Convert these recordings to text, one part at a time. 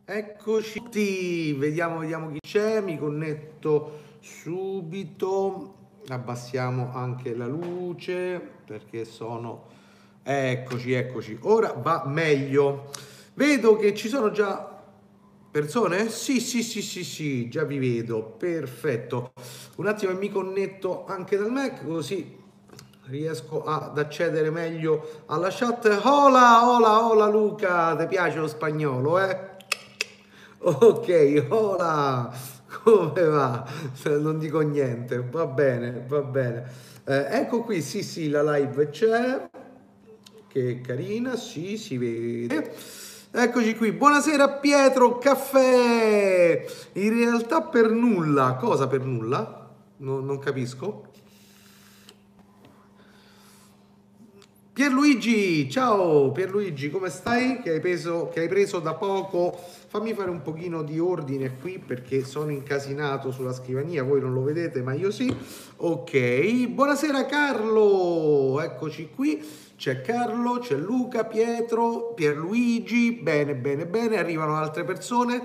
Eccoci tutti, vediamo chi c'è, mi connetto subito, abbassiamo anche la luce perché sono... Eccoci, ora va meglio. Vedo che ci sono già persone? Sì, già vi vedo, perfetto. Un attimo e mi connetto anche dal Mac così riesco ad accedere meglio alla chat. Hola Luca, ti piace lo spagnolo, eh? Ok, hola, come va? Non dico niente, va bene, va bene. Ecco qui, sì, la live c'è, che carina, sì, si vede. Eccoci qui, buonasera Pietro, caffè! In realtà per nulla, cosa per nulla? Non capisco. Pierluigi, ciao Pierluigi, come stai? Che hai preso da poco. Fammi fare un pochino di ordine qui perché sono incasinato sulla scrivania, voi non lo vedete ma io sì. Ok, buonasera Carlo, eccoci qui. C'è Carlo, c'è Luca, Pietro, Pierluigi, bene, arrivano altre persone.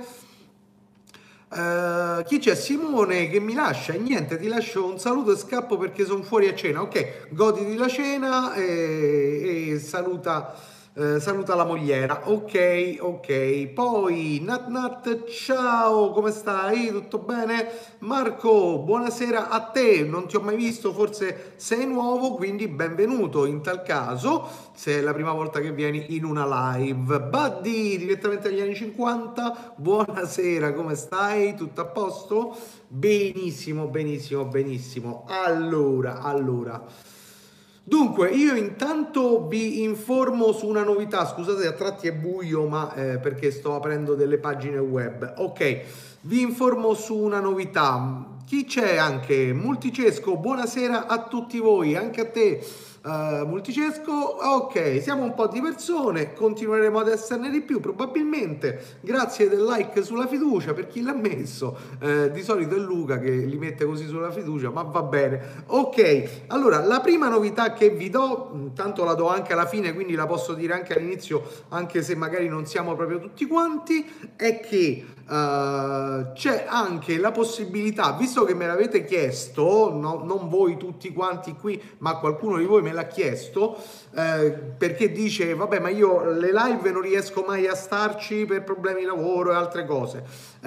Chi c'è? Simone che mi lascia e niente, ti lascio un saluto e scappo perché sono fuori a cena. Ok, goditi la cena e saluta la mogliera. Ok. Poi Nat, ciao, come stai? Tutto bene? Marco, buonasera a te. Non ti ho mai visto, forse sei nuovo, quindi benvenuto in tal caso. Se è la prima volta che vieni in una live. Buddy, direttamente dagli anni 50, buonasera, come stai? Tutto a posto? Benissimo. Allora. Dunque, io intanto vi informo su una novità. Scusate, a tratti è buio, ma perché sto aprendo delle pagine web. Ok, vi informo su una novità. Chi c'è anche? Multicesco, buonasera a tutti voi, anche a te. Multicesco, ok, siamo un po' di persone, continueremo ad esserne di più probabilmente, grazie del like sulla fiducia per chi l'ha messo, di solito è Luca che li mette così sulla fiducia, ma va bene. Ok, allora la prima novità che vi do, tanto la do anche alla fine, quindi la posso dire anche all'inizio, anche se magari non siamo proprio tutti quanti, è che c'è anche la possibilità, visto che me l'avete chiesto, non voi tutti quanti qui, ma qualcuno di voi me l'ha chiesto, perché dice, vabbè, ma io le live non riesco mai a starci per problemi di lavoro e altre cose.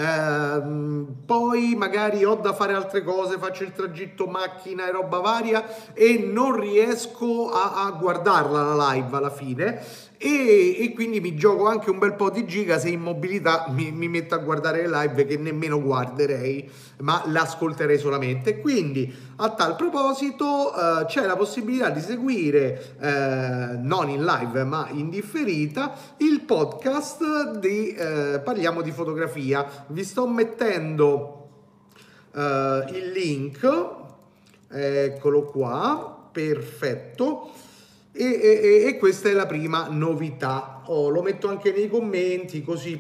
Poi magari ho da fare altre cose, faccio il tragitto macchina e roba varia e non riesco a guardarla la live alla fine e quindi mi gioco anche un bel po' di giga se in mobilità mi metto a guardare le live che nemmeno guarderei, ma l'ascolterei solamente. Quindi a tal proposito c'è la possibilità di seguire non in live ma in differita il podcast di Parliamo di fotografia. Vi sto mettendo il link, eccolo qua, perfetto. E questa è la prima novità. Lo metto anche nei commenti così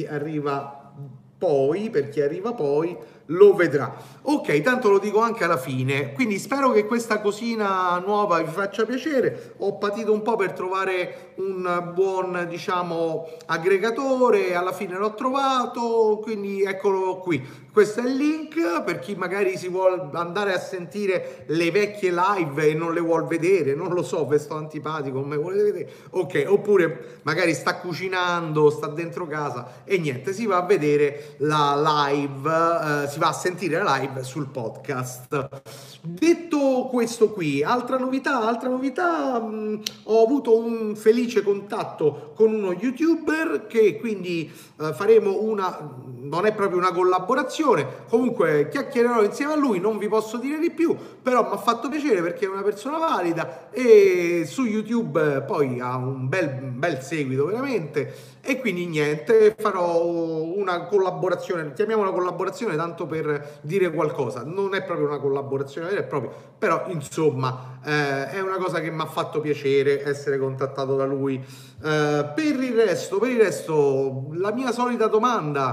per chi arriva poi lo vedrà. Ok, tanto lo dico anche alla fine. Quindi spero che questa cosina nuova vi faccia piacere. Ho patito un po' per trovare un buon, diciamo, aggregatore. Alla fine l'ho trovato. Quindi eccolo qui. Questo è il link per chi magari si vuole andare a sentire le vecchie live e non le vuol vedere. Non lo so, ve sto antipatico, come volete vedere. Ok, oppure magari sta cucinando, sta dentro casa e niente, si va a vedere la live, si va a sentire la live sul podcast. Detto questo qui, altra novità, ho avuto un felice contatto con uno youtuber che quindi faremo non è proprio una collaborazione, comunque chiacchiererò insieme a lui, non vi posso dire di più, però mi ha fatto piacere perché è una persona valida e su YouTube poi ha un bel seguito veramente e quindi niente, farò una collaborazione, chiamiamola collaborazione tanto per dire qualcosa, non è proprio una collaborazione vera e propria, però insomma è una cosa che mi ha fatto piacere essere contattato da lui. Per il resto, la mia solita domanda, che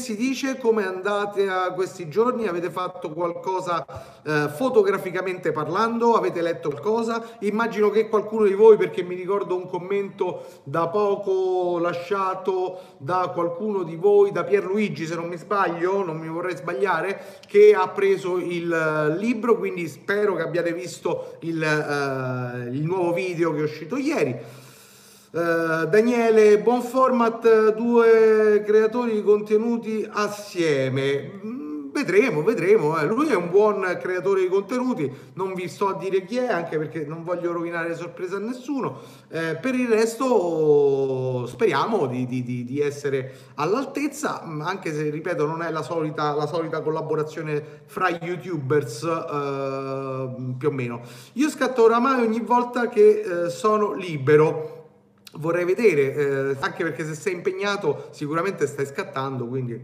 si dice? Come andate a questi giorni? Avete fatto qualcosa fotograficamente parlando? Avete letto qualcosa? Immagino che qualcuno di voi, perché mi ricordo un commento da poco lasciato da qualcuno di voi, da Pierluigi se non mi sbaglio, non mi vorrei sbagliare, che ha preso il libro, quindi spero che abbiate visto il nuovo video che è uscito ieri. Daniele, buon format, due creatori di contenuti assieme. Vedremo. Lui è un buon creatore di contenuti, non vi sto a dire chi è, anche perché non voglio rovinare sorpresa a nessuno. Per il resto speriamo di essere all'altezza, anche se, ripeto, non è la solita collaborazione fra YouTubers, più o meno. Io scatto oramai ogni volta che sono libero. Vorrei vedere, anche perché se sei impegnato sicuramente stai scattando, quindi...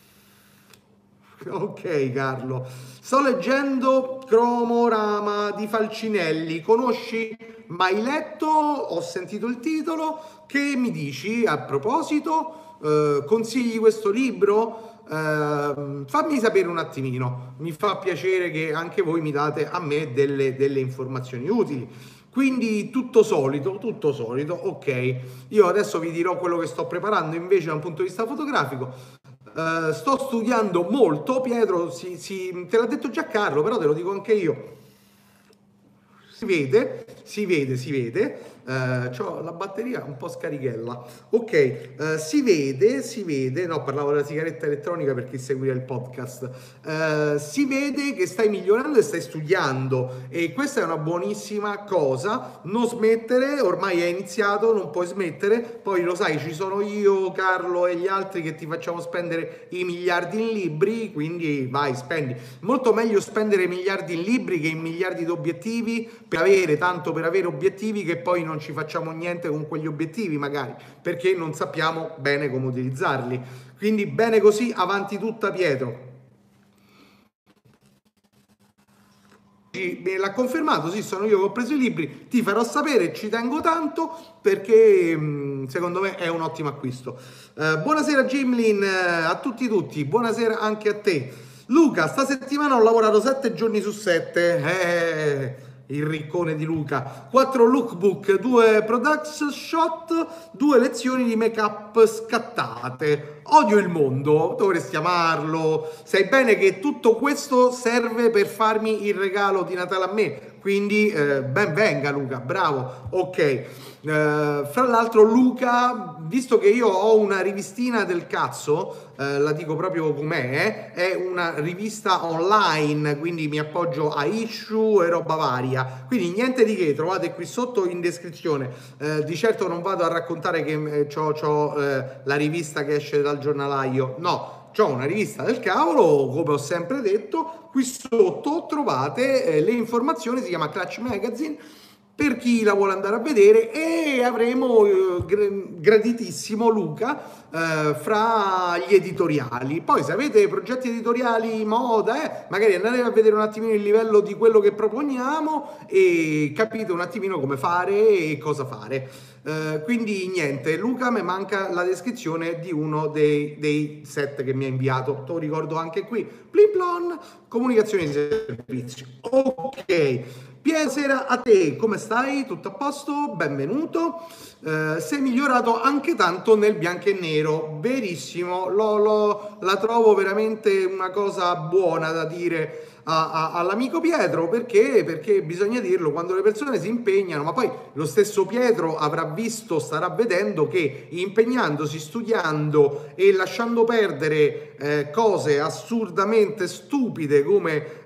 Ok Carlo, sto leggendo Cromorama di Falcinelli, conosci? Mai letto? Ho sentito il titolo, che mi dici a proposito? Consigli questo libro? Fammi sapere un attimino, mi fa piacere che anche voi mi date a me delle informazioni utili. Quindi tutto solito, ok. Io adesso vi dirò quello che sto preparando invece da un punto di vista fotografico. Sto studiando molto, Pietro, te l'ha detto già Carlo, però te lo dico anche io. Si vede. C'ho la batteria un po' scarichella. Ok, si vede. No, parlavo della sigaretta elettronica per chi seguiva il podcast. Si vede che stai migliorando e stai studiando, e questa è una buonissima cosa. Non smettere, ormai è iniziato, non puoi smettere. Poi lo sai, ci sono io, Carlo e gli altri che ti facciamo spendere i miliardi in libri, quindi vai, spendi. Molto meglio spendere miliardi in libri che in miliardi di obiettivi per avere obiettivi che poi non ci facciamo niente con quegli obiettivi, magari perché non sappiamo bene come utilizzarli. Quindi bene così, avanti tutta Pietro. Me l'ha confermato, sì, sono io che ho preso i libri, ti farò sapere, ci tengo tanto perché secondo me è un ottimo acquisto. Buonasera Gimlin, a tutti, buonasera anche a te. Luca, sta settimana ho lavorato 7 giorni su 7, il riccone di Luca. 4 lookbook, 2 product shot, 2 lezioni di make up scattate. Odio il mondo, dovresti amarlo. Sai bene che tutto questo serve per farmi il regalo di Natale a me, quindi ben venga Luca, bravo. Ok, fra l'altro Luca, visto che io ho una rivistina del cazzo, la dico proprio com'è, è una rivista online, quindi mi appoggio a issue e roba varia, quindi niente di che, trovate qui sotto in descrizione. Di certo non vado a raccontare che c'ho la rivista che esce dal giornalaio, no, c'ho una rivista del cavolo, come ho sempre detto. Qui sotto trovate le informazioni, si chiama Clutch Magazine, per chi la vuole andare a vedere, e avremo graditissimo Luca fra gli editoriali. Poi se avete progetti editoriali moda, magari andate a vedere un attimino il livello di quello che proponiamo e capite un attimino come fare e cosa fare. Quindi niente, Luca, mi manca la descrizione di uno dei set che mi ha inviato, te lo ricordo anche qui, Plimplon, comunicazione di servizio. Ok, buonasera a te, come stai? Tutto a posto? Benvenuto. Sei migliorato anche tanto nel bianco e nero, verissimo, la trovo veramente una cosa buona da dire all'amico Pietro, perché bisogna dirlo, quando le persone si impegnano, ma poi lo stesso Pietro starà vedendo che impegnandosi, studiando e lasciando perdere cose assurdamente stupide come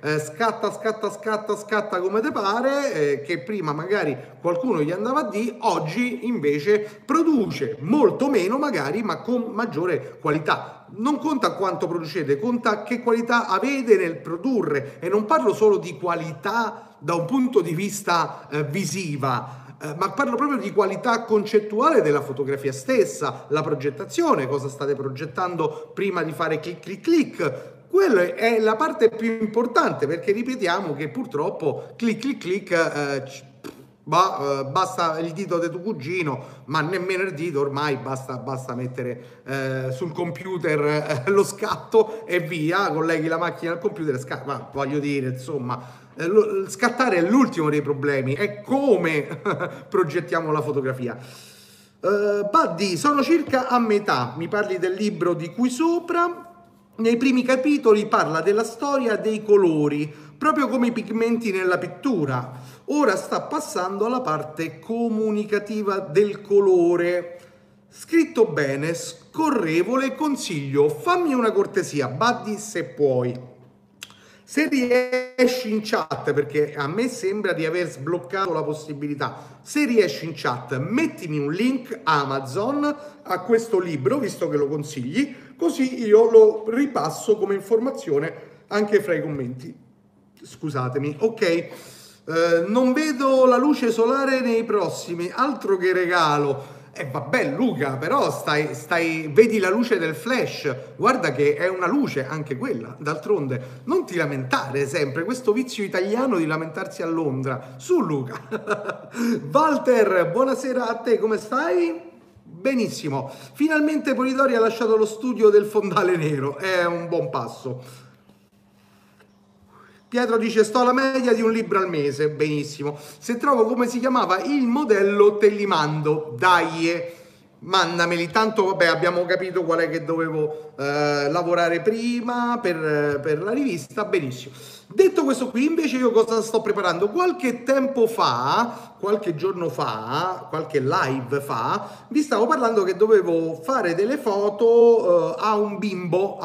scatta come te pare, che prima magari qualcuno gli andava a dire, oggi invece produce molto meno magari, ma con maggiore qualità. Non conta quanto producete, conta che qualità avete nel produrre, e non parlo solo di qualità da un punto di vista visiva, ma parlo proprio di qualità concettuale della fotografia stessa, la progettazione, cosa state progettando prima di fare clic. Quella è la parte più importante, perché ripetiamo che purtroppo clic basta il dito di tuo cugino, ma nemmeno il dito, ormai basta mettere sul computer lo scatto e via, colleghi la macchina al computer e scatta. Ma voglio dire, insomma, scattare è l'ultimo dei problemi, è come progettiamo la fotografia. Buddy, sono circa a metà, mi parli del libro di cui sopra. Nei primi capitoli parla della storia dei colori, proprio come i pigmenti nella pittura. Ora sta passando alla parte comunicativa del colore. Scritto bene, scorrevole, consiglio, fammi una cortesia, Buddy, se puoi. Se riesci in chat, perché a me sembra di aver sbloccato la possibilità, se riesci in chat mettimi un link Amazon a questo libro, visto che lo consigli, così io lo ripasso come informazione anche fra i commenti. Scusatemi, ok. Non vedo la luce solare nei prossimi, altro che regalo. Vabbè Luca, però vedi la luce del flash, guarda che è una luce anche quella, d'altronde non ti lamentare sempre, questo vizio italiano di lamentarsi a Londra. Su Luca. Walter, buonasera a te, come stai? Benissimo, finalmente Polidori ha lasciato lo studio del fondale nero, è un buon passo. Pietro dice sto alla media di un libro al mese, benissimo. Se trovo come si chiamava il modello te li mando, dai, mandameli, tanto vabbè abbiamo capito qual è che dovevo lavorare prima per la rivista, benissimo. Detto questo qui invece io cosa sto preparando? Qualche tempo fa, qualche giorno fa, qualche live fa, vi stavo parlando che dovevo fare delle foto a un bimbo,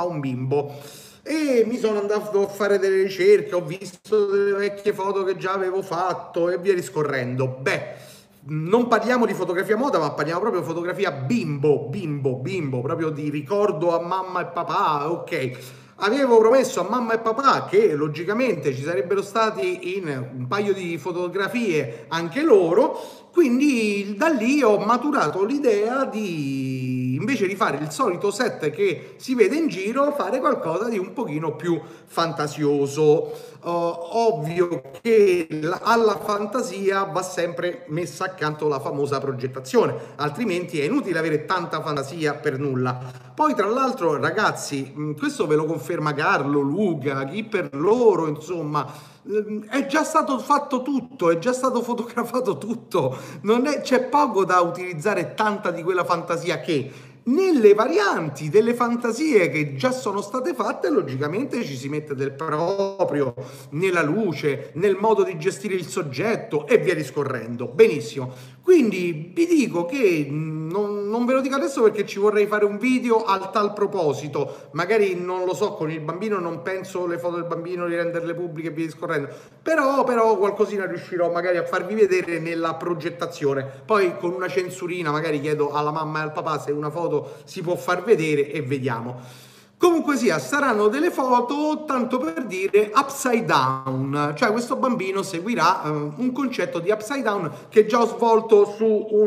e mi sono andato a fare delle ricerche, ho visto delle vecchie foto che già avevo fatto e via discorrendo. Beh, non parliamo di fotografia moda, ma parliamo proprio di fotografia bimbo, proprio di ricordo a mamma e papà, ok. Avevo promesso a mamma e papà che logicamente ci sarebbero stati in un paio di fotografie anche loro, quindi da lì ho maturato l'idea di, invece di fare il solito set che si vede in giro, fare qualcosa di un pochino più fantasioso. Ovvio che alla fantasia va sempre messa accanto la famosa progettazione, altrimenti è inutile avere tanta fantasia per nulla. Poi tra l'altro ragazzi, questo ve lo conferma Carlo, Luca, chi per loro, insomma, è già stato fatto tutto, è già stato fotografato tutto, c'è poco da utilizzare, tanta di quella fantasia che nelle varianti delle fantasie che già sono state fatte logicamente ci si mette del proprio nella luce, nel modo di gestire il soggetto e via discorrendo. Benissimo, quindi vi dico che non ve lo dico adesso perché ci vorrei fare un video al tal proposito, magari non lo so, con il bambino non penso le foto del bambino di renderle pubbliche e via discorrendo, però qualcosina riuscirò magari a farvi vedere nella progettazione. Poi con una censurina magari chiedo alla mamma e al papà se una foto si può far vedere e vediamo. Comunque sia, saranno delle foto, tanto per dire, upside down, cioè questo bambino seguirà un concetto di upside down che già ho svolto su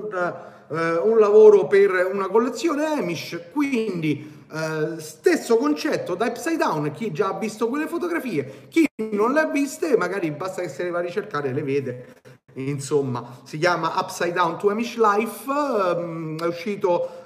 un lavoro per una collezione Amish, quindi stesso concetto da upside down, chi già ha visto quelle fotografie, chi non le ha viste magari basta che se le va a ricercare e le vede. Insomma, si chiama Upside Down to Amish Life, è uscito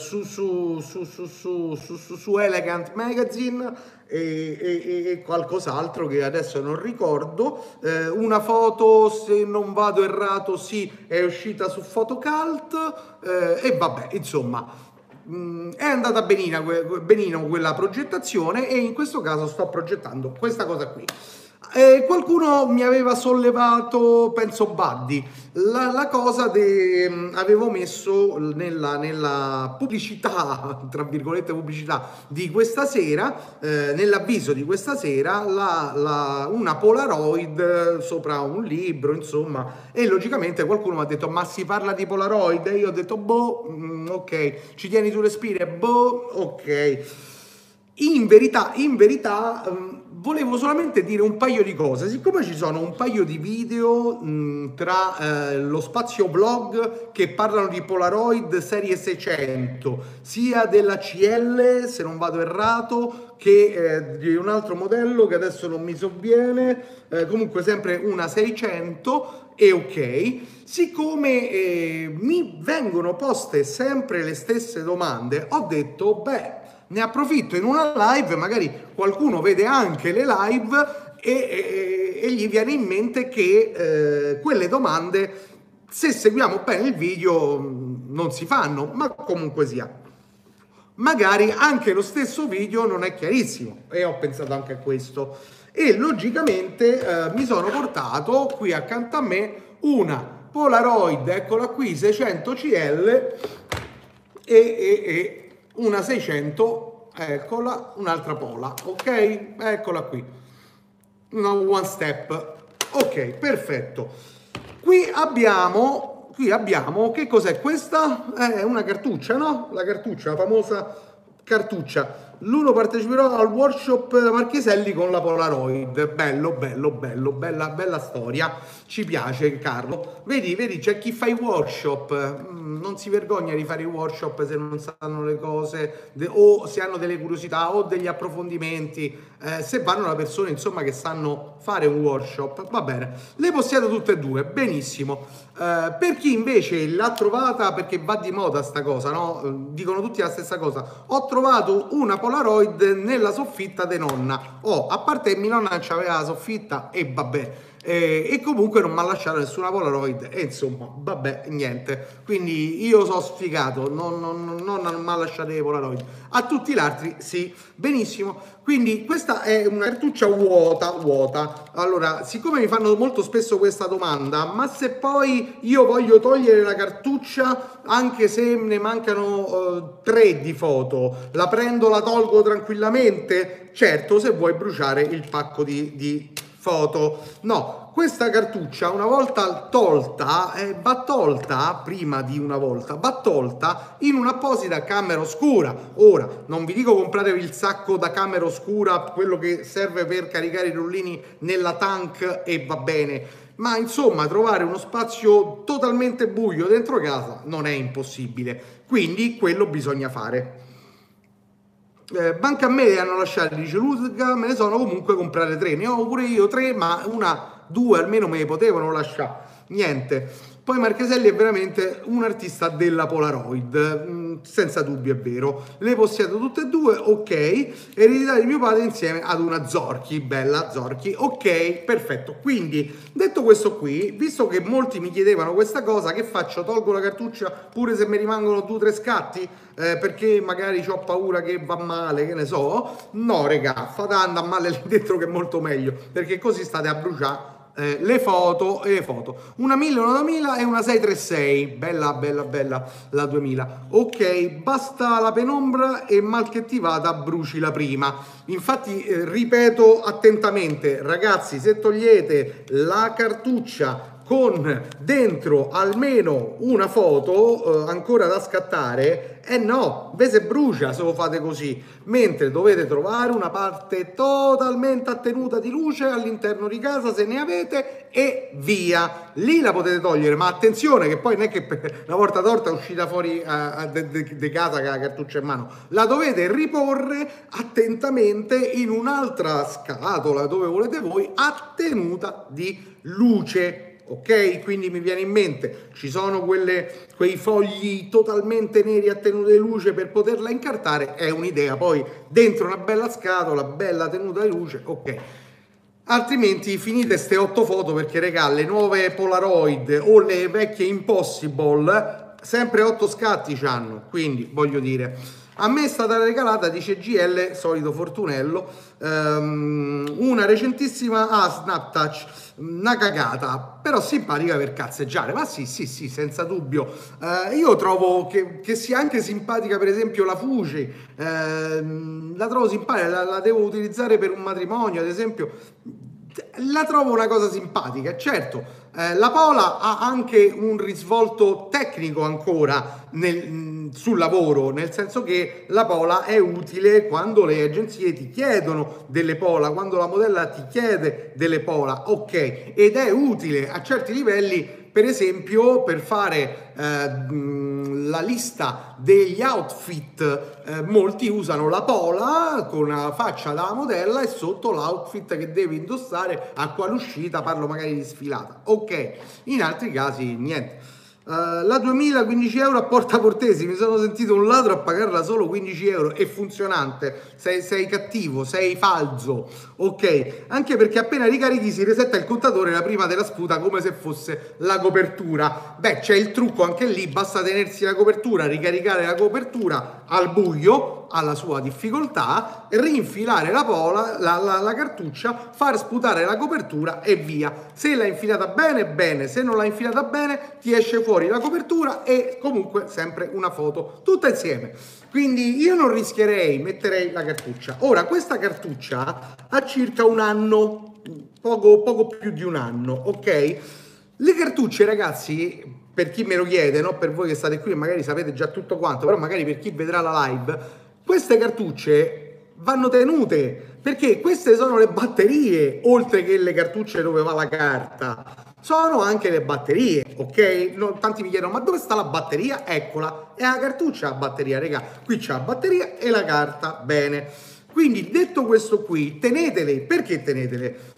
su Elegant Magazine e qualcos'altro che adesso non ricordo. Una foto, se non vado errato, sì, è uscita su Photocult e vabbè, insomma, è andata benino quella progettazione e in questo caso sto progettando questa cosa qui. Qualcuno mi aveva sollevato, penso Buddy, la cosa avevo messo nella pubblicità, tra virgolette pubblicità di questa sera, nell'avviso di questa sera, una Polaroid sopra un libro, insomma, e logicamente qualcuno mi ha detto ma si parla di Polaroid? E io ho detto boh, ok, ci tieni sulle spine? Boh, ok. In verità volevo solamente dire un paio di cose. Siccome ci sono un paio di video tra lo spazio vlog che parlano di Polaroid serie 600, sia della CL, se non vado errato, che di un altro modello che adesso non mi sovviene, comunque sempre una 600, e ok, siccome mi vengono poste sempre le stesse domande, ho detto, beh, ne approfitto in una live, magari qualcuno vede anche le live e gli viene in mente che quelle domande, se seguiamo bene il video, non si fanno, ma comunque sia. Magari anche lo stesso video non è chiarissimo, e ho pensato anche a questo. E logicamente mi sono portato qui accanto a me una Polaroid, eccola qui, 600 CL e una 600, eccola, un'altra Pola, ok? Eccola qui, una one step, ok, perfetto. Qui abbiamo, che cos'è questa? È una cartuccia, no? La cartuccia, la famosa cartuccia. L'uno parteciperò al workshop Marcheselli con la Polaroid. Bello, bello, bello, bella storia. Ci piace, Carlo. Vedi, c'è chi fa i workshop. Non si vergogna di fare i workshop se non sanno le cose o se hanno delle curiosità o degli approfondimenti. Se vanno da persone, insomma, che sanno fare un workshop, va bene. Le possiede tutte e due, benissimo. Per chi invece l'ha trovata, perché va di moda sta cosa, no? Dicono tutti la stessa cosa. Ho trovato una Polaroid nella soffitta di nonna. A parte che mia nonna c'aveva la soffitta e vabbè. E comunque non mi ha lasciato nessuna Polaroid e insomma vabbè, niente, quindi io sono sfigato, non mi ha lasciato le Polaroid, a tutti gli altri sì, benissimo. Quindi questa è una cartuccia vuota. Allora, siccome mi fanno molto spesso questa domanda, ma se poi io voglio togliere la cartuccia anche se ne mancano 3 di foto, la prendo, la tolgo tranquillamente? Certo, se vuoi bruciare il pacco di foto. No, questa cartuccia una volta tolta, va tolta, prima di una volta, va tolta in un'apposita camera oscura. Ora, non vi dico compratevi il sacco da camera oscura, quello che serve per caricare i rullini nella tank e va bene, ma insomma trovare uno spazio totalmente buio dentro casa non è impossibile, quindi quello bisogna fare. Banca a me le hanno lasciate, dice Luca, me ne sono comunque comprate 3, ne ho pure io 3, ma 2 almeno me le potevano lasciare, niente. Poi Marcheselli è veramente un artista della Polaroid, senza dubbio, è vero. Le possiedo tutte e due, ok. Eredità di mio padre insieme ad una Zorchi, bella Zorchi, ok, perfetto. Quindi, detto questo qui, visto che molti mi chiedevano questa cosa, che faccio? Tolgo la cartuccia pure se mi rimangono 2 o 3 scatti? Perché magari ho paura che va male, che ne so. No, regà, fate andare a male lì dentro che è molto meglio, perché così state a bruciare le foto e le foto. Una 1000, una 2000 e una 636, bella la 2000. Ok, basta la penombra e mal che ti vada bruci la prima. Infatti ripeto attentamente, ragazzi, se togliete la cartuccia con dentro almeno una foto ancora da scattare, no, ve se brucia se lo fate così, mentre dovete trovare una parte totalmente attenuta di luce all'interno di casa, se ne avete, e via, lì la potete togliere, ma attenzione che poi non è che una volta torta è uscita fuori di casa con la cartuccia in mano, la dovete riporre attentamente in un'altra scatola dove volete voi, attenuta di luce. Ok, quindi mi viene in mente, ci sono quei fogli totalmente neri a tenuta di luce per poterla incartare, è un'idea, poi dentro una bella scatola, bella tenuta di luce, ok. Altrimenti finite ste 8 foto, perché regà, le nuove Polaroid o le vecchie Impossible sempre 8 scatti c'hanno, quindi voglio dire. A me è stata regalata, dice GL, solito fortunello, una recentissima Snaptouch, una cagata, però simpatica per cazzeggiare, ma sì, senza dubbio. Io trovo che sia anche simpatica, per esempio, la Fuji, la trovo simpatica, la devo utilizzare per un matrimonio, ad esempio. La trovo una cosa simpatica, certo, La Pola ha anche un risvolto tecnico ancora sul lavoro, nel senso che la Pola è utile quando le agenzie ti chiedono delle Pola, quando la modella ti chiede delle Pola, ok, ed è utile a certi livelli. Per esempio, per fare la lista degli outfit, molti usano la Pola con la faccia da modella e sotto l'outfit che devi indossare a quale uscita, parlo magari di sfilata. Ok, in altri casi niente. La 2000 15 euro a Porta Portesi, mi sono sentito un ladro a pagarla solo 15 euro, è funzionante, sei cattivo, sei falso, ok, anche perché appena ricarichi si resetta il contatore la prima della sputa come se fosse la copertura. Beh, c'è il trucco anche lì, basta tenersi la copertura, ricaricare la copertura al buio, alla sua difficoltà, rinfilare la Pola, la cartuccia, far sputare la copertura e via. Se l'hai infilata bene, bene, se non l'hai infilata bene ti esce fuori la copertura e comunque sempre una foto tutta insieme. Quindi io non rischierei, metterei la cartuccia. Ora, questa cartuccia ha circa un anno, poco più di un anno, ok? Le cartucce, ragazzi, per chi me lo chiede, non per voi che state qui e magari sapete già tutto quanto, però magari per chi vedrà la live, queste cartucce vanno tenute, perché queste sono le batterie, oltre che le cartucce dove va la carta. Sono anche le batterie, ok? Tanti mi chiedono, ma dove sta la batteria? Eccola, è la cartuccia la batteria, raga. Qui c'è la batteria e la carta, bene. Quindi, detto questo qui, tenetele. Perché tenetele?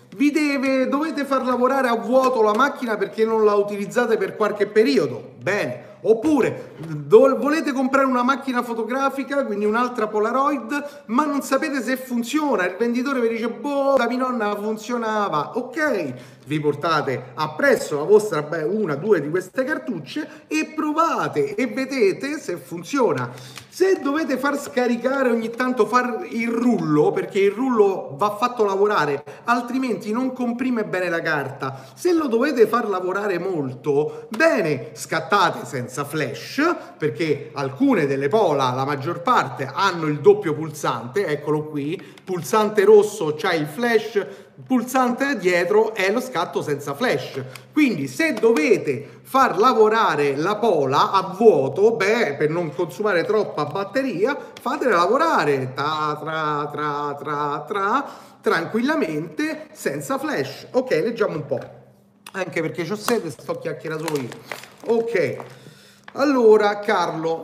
Dovete far lavorare a vuoto la macchina perché non la utilizzate per qualche periodo, bene. Oppure volete comprare una macchina fotografica, quindi un'altra Polaroid, ma non sapete se funziona. Il venditore vi dice, boh, da mia nonna funzionava. Ok, vi portate appresso la vostra, una, due di queste cartucce e provate e vedete se funziona. Se dovete far scaricare ogni tanto, far il rullo, perché il rullo va fatto lavorare, altrimenti non comprime bene la carta. Se lo dovete far lavorare molto, bene, scattate senza flash, perché alcune delle Pola, la maggior parte, hanno il doppio pulsante, eccolo qui, pulsante rosso c'ha il flash, pulsante dietro è lo scatto senza flash. Quindi se dovete far lavorare la Pola a vuoto, beh, per non consumare troppa batteria, fatela lavorare tranquillamente senza flash. Ok, leggiamo un po', anche perché c'ho sete, sto chiacchierando solo io. Ok, allora Carlo,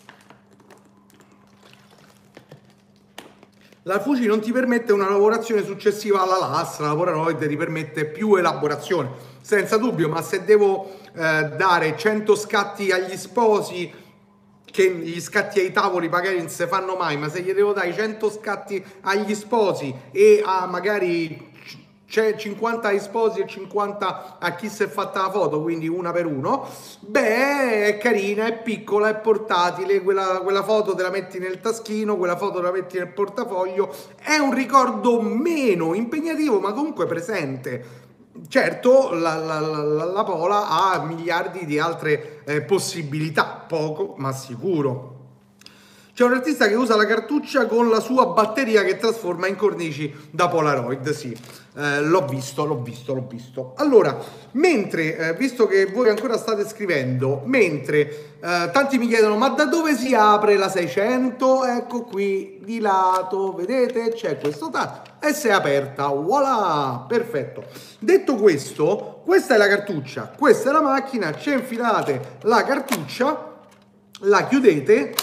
la Fuji non ti permette una lavorazione successiva alla lastra, la Polaroid ti permette più elaborazione, senza dubbio, ma se devo dare 100 scatti agli sposi, che gli scatti ai tavoli magari non si fanno mai, ma se gli devo dare 100 scatti agli sposi e a magari c'è 50 ai sposi e 50 a chi si è fatta la foto, quindi una per uno, beh, è carina, è piccola, è portatile, quella foto te la metti nel taschino, quella foto te la metti nel portafoglio, è un ricordo meno impegnativo ma comunque presente. Certo, la Pola ha miliardi di altre possibilità, poco ma sicuro. C'è un artista che usa la cartuccia con la sua batteria che trasforma in cornici da Polaroid, sì, l'ho visto. Allora, mentre, visto che voi ancora state scrivendo, mentre tanti mi chiedono, ma da dove si apre la 600? Ecco qui, di lato, vedete? C'è questo tatto e si è aperta, voilà, perfetto. Detto questo, questa è la cartuccia, questa è la macchina, ci infilate la cartuccia, la chiudete.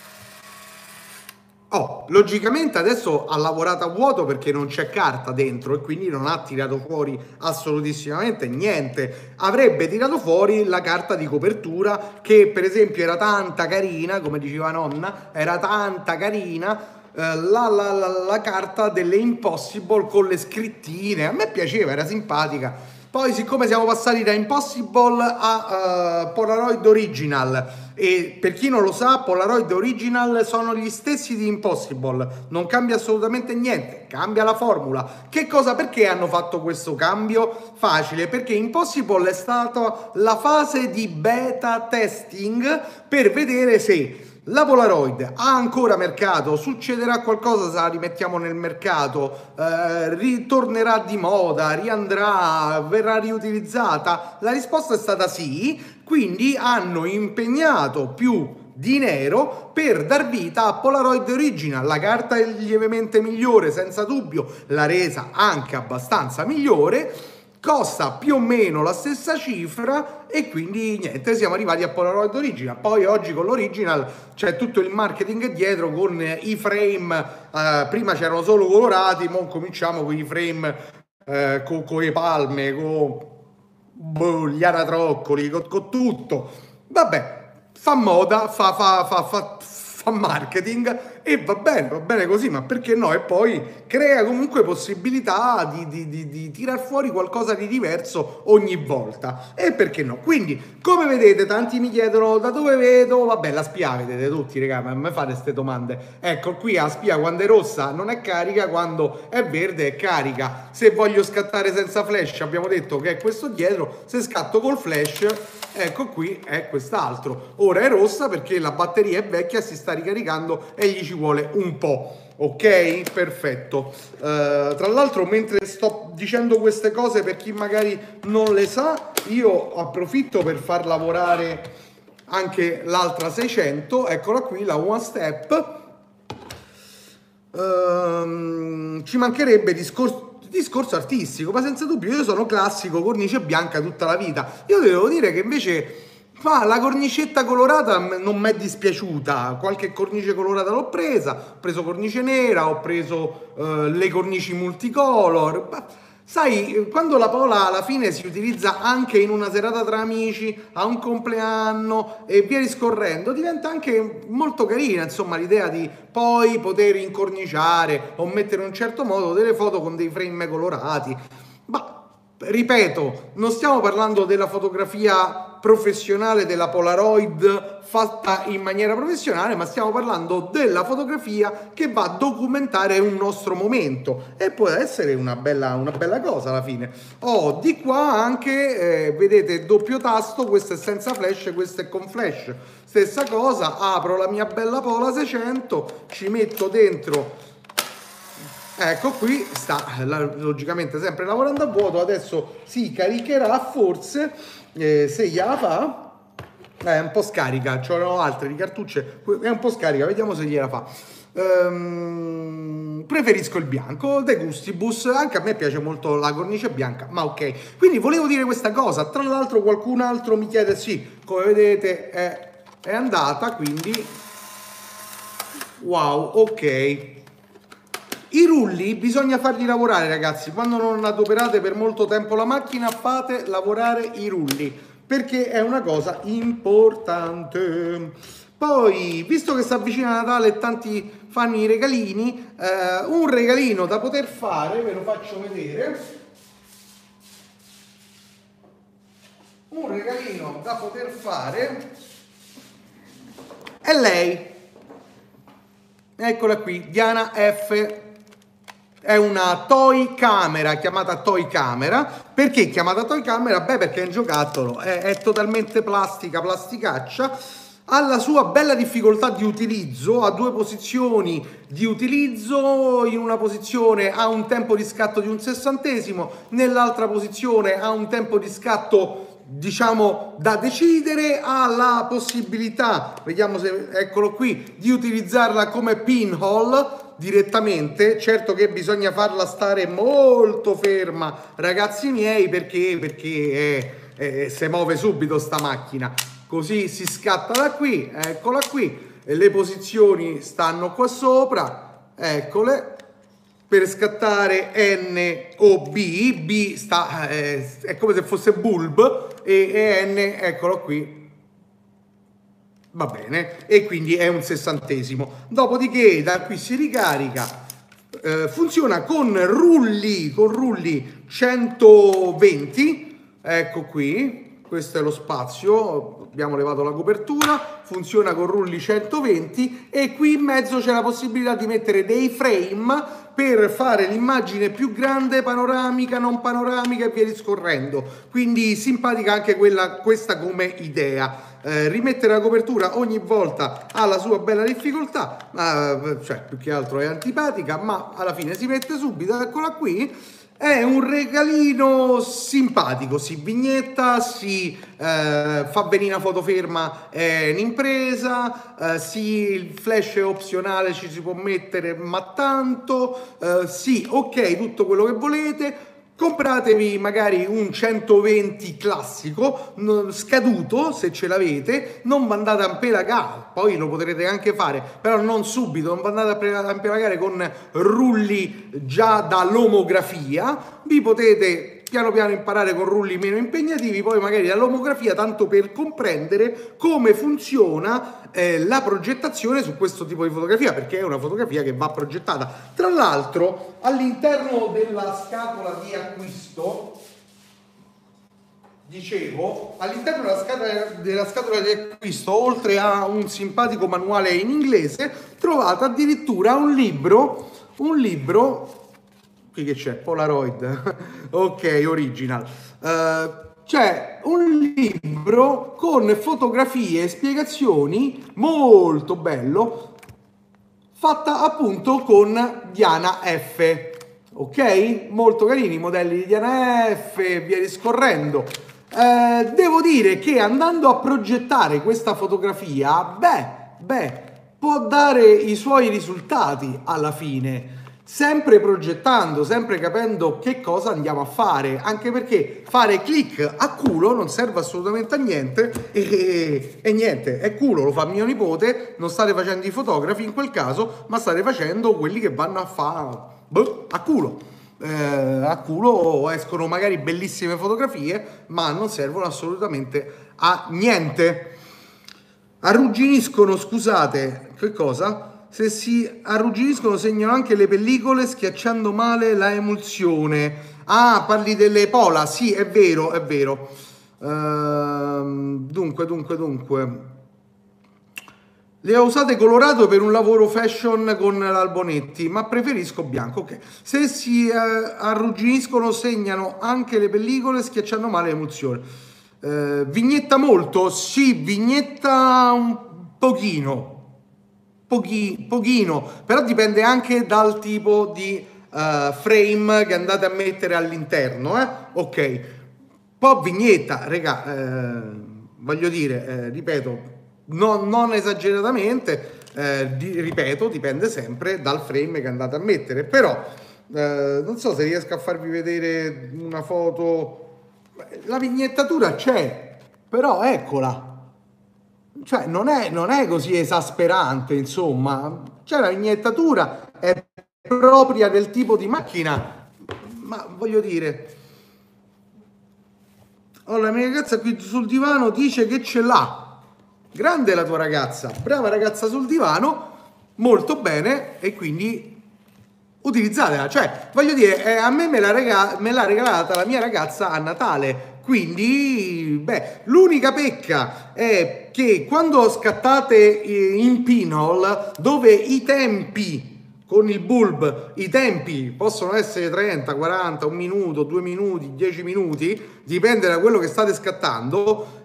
Oh, logicamente adesso ha lavorato a vuoto perché non c'è carta dentro e quindi non ha tirato fuori assolutissimamente niente. Avrebbe tirato fuori la carta di copertura che per esempio era tanta carina, come diceva nonna, era tanta carina, la carta delle Impossible con le scrittine. A me piaceva, era simpatica. Poi siccome siamo passati da Impossible a Polaroid Original, e per chi non lo sa, Polaroid Original sono gli stessi di Impossible, non cambia assolutamente niente, cambia la formula. Che cosa, perché hanno fatto questo cambio? Facile, perché Impossible è stata la fase di beta testing per vedere se la Polaroid ha ancora mercato? Succederà qualcosa se la rimettiamo nel mercato? Ritornerà di moda? Riandrà? Verrà riutilizzata? La risposta è stata sì, quindi hanno impegnato più dinero per dar vita a Polaroid Original. La carta è lievemente migliore, senza dubbio, la resa anche abbastanza migliore, costa più o meno la stessa cifra e quindi niente, siamo arrivati a Polaroid Original. Poi oggi con l'Original c'è tutto il marketing dietro con i frame, prima c'erano solo colorati, ora cominciamo con i frame con le palme, con gli anatroccoli, con tutto. Vabbè, fa moda, fa marketing e va bene così, ma perché no? E poi crea comunque possibilità di tirar fuori qualcosa di diverso ogni volta. E perché no? Quindi, come vedete, tanti mi chiedono da dove vedo, vabbè, la spia vedete tutti, raga, ma me fate queste domande. Ecco, qui la spia quando è rossa non è carica, quando è verde è carica. Se voglio scattare senza flash, abbiamo detto che è questo dietro, se scatto col flash, ecco qui è quest'altro. Ora è rossa perché la batteria è vecchia, si sta ricaricando e gli ci vuole un po'. Ok, perfetto. Tra l'altro, mentre sto dicendo queste cose, per chi magari non le sa, io approfitto per far lavorare anche l'altra 600. Eccola qui, la One Step. Ci mancherebbe discorso artistico, ma senza dubbio io sono classico cornice bianca tutta la vita. Io devo dire che invece la cornicetta colorata non mi è dispiaciuta, qualche cornice colorata l'ho presa, ho preso cornice nera, ho preso le cornici multicolor. Sai, quando la Pola alla fine si utilizza anche in una serata tra amici, a un compleanno e via discorrendo, diventa anche molto carina, insomma, l'idea di poi poter incorniciare o mettere in un certo modo delle foto con dei frame colorati. Ma ripeto, non stiamo parlando della fotografia professionale della Polaroid fatta in maniera professionale, ma stiamo parlando della fotografia che va a documentare un nostro momento e può essere una bella cosa alla fine. Di qua anche, vedete, doppio tasto, questo è senza flash, questo è con flash. Stessa cosa, apro la mia bella Pola 600, ci metto dentro. Ecco qui sta logicamente sempre lavorando a vuoto, adesso si caricherà forse, se gliela fa, è un po' scarica, c'erano altre di cartucce, è un po' scarica, vediamo se gliela fa. Preferisco il bianco, de gustibus, anche a me piace molto la cornice bianca, ma ok. Quindi volevo dire questa cosa, tra l'altro qualcun altro mi chiede, sì, come vedete è andata, quindi wow, ok. I rulli bisogna farli lavorare, ragazzi. Quando non adoperate per molto tempo la macchina, fate lavorare i rulli, perché è una cosa importante. Poi, visto che si avvicina Natale e tanti fanno i regalini, un regalino da poter fare, ve lo faccio vedere. Un regalino da poter fare è lei. Eccola qui, Diana F. È una toy camera, chiamata toy camera. Perché chiamata toy camera? Beh, perché è un giocattolo, è totalmente plasticaccia, ha la sua bella difficoltà di utilizzo, ha due posizioni di utilizzo, in una posizione ha un tempo di scatto di un sessantesimo, nell'altra posizione ha un tempo di scatto, diciamo, da decidere, ha la possibilità, vediamo se, eccolo qui, di utilizzarla come pinhole direttamente. Certo che bisogna farla stare molto ferma, ragazzi miei, perché si muove subito sta macchina. Così si scatta da qui, eccola qui, e le posizioni stanno qua sopra, eccole. Per scattare N o B sta, è come se fosse bulb, e N, eccolo qui. Va bene, e quindi è un sessantesimo. Dopodiché da qui si ricarica, funziona con rulli 120, ecco qui, questo è lo spazio, abbiamo levato la copertura, funziona con rulli 120 e qui in mezzo c'è la possibilità di mettere dei frame per fare l'immagine più grande, panoramica, non panoramica e via discorrendo. Quindi simpatica anche questa come idea. Rimettere la copertura ogni volta ha la sua bella difficoltà, cioè più che altro è antipatica, ma alla fine si mette subito, eccola qui. È un regalino simpatico, si vignetta, si fa venire una foto ferma in impresa, il flash è opzionale, ci si può mettere ma tanto, sì, ok, tutto quello che volete. Compratevi magari un 120 classico, scaduto se ce l'avete, non mandate a impelagare, poi lo potrete anche fare, però non subito, non andate a impelagare con rulli già dall'omografia, vi potete piano piano imparare con rulli meno impegnativi, poi magari dall'omografia, tanto per comprendere come funziona la progettazione su questo tipo di fotografia, perché è una fotografia che va progettata. Tra l'altro all'interno della scatola di acquisto, dicevo, all'interno della scatola di acquisto, oltre a un simpatico manuale in inglese, trovate addirittura un libro, qui che c'è? Polaroid, ok, original, c'è un libro con fotografie e spiegazioni molto bello, fatta appunto con Diana F, ok? Molto carini i modelli di Diana F, via discorrendo. Devo dire che andando a progettare questa fotografia, può dare i suoi risultati alla fine, sempre progettando, sempre capendo che cosa andiamo a fare, anche perché fare click a culo non serve assolutamente a niente e niente, è culo, lo fa mio nipote, non state facendo i fotografi in quel caso, ma state facendo quelli che vanno a fare a culo. A culo escono magari bellissime fotografie, ma non servono assolutamente a niente. Arrugginiscono, scusate, che cosa? Se si arrugginiscono segnano anche le pellicole schiacciando male la emulsione. Ah, parli delle Pola, sì, è vero, è vero. Dunque. Le ho usate colorato per un lavoro fashion con l'Albonetti, ma preferisco bianco. Ok. Se si arrugginiscono segnano anche le pellicole schiacciando male l'emulsione. Vignetta molto? Sì, vignetta un pochino. Pochino, però dipende anche dal tipo di frame che andate a mettere all'interno. Ok. Po' vignetta, raga, voglio dire, ripeto, non esageratamente, ripeto, dipende sempre dal frame che andate a mettere, però non so se riesco a farvi vedere una foto, la vignettatura c'è, però eccola, cioè non è così esasperante, insomma, c'è la vignettatura, è propria del tipo di macchina, ma voglio dire, la mia ragazza qui sul divano dice che ce l'ha. Grande la tua ragazza, brava ragazza sul divano, molto bene, e quindi utilizzatela. Cioè, voglio dire, a me me l'ha regalata la mia ragazza a Natale, quindi, l'unica pecca è che quando scattate in pinhole, dove i tempi con il bulb, i tempi possono essere 30, 40, 1 minuto, 2 minuti, 10 minuti, dipende da quello che state scattando,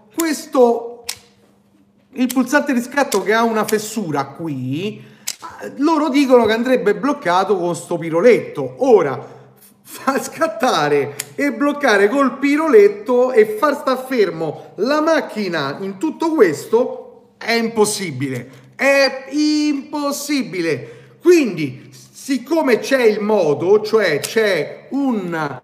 il pulsante di scatto che ha una fessura qui, loro dicono che andrebbe bloccato con sto piroletto. Ora, far scattare e bloccare col piroletto e far star fermo la macchina in tutto questo è impossibile. È impossibile. Quindi, siccome c'è il modo, cioè c'è un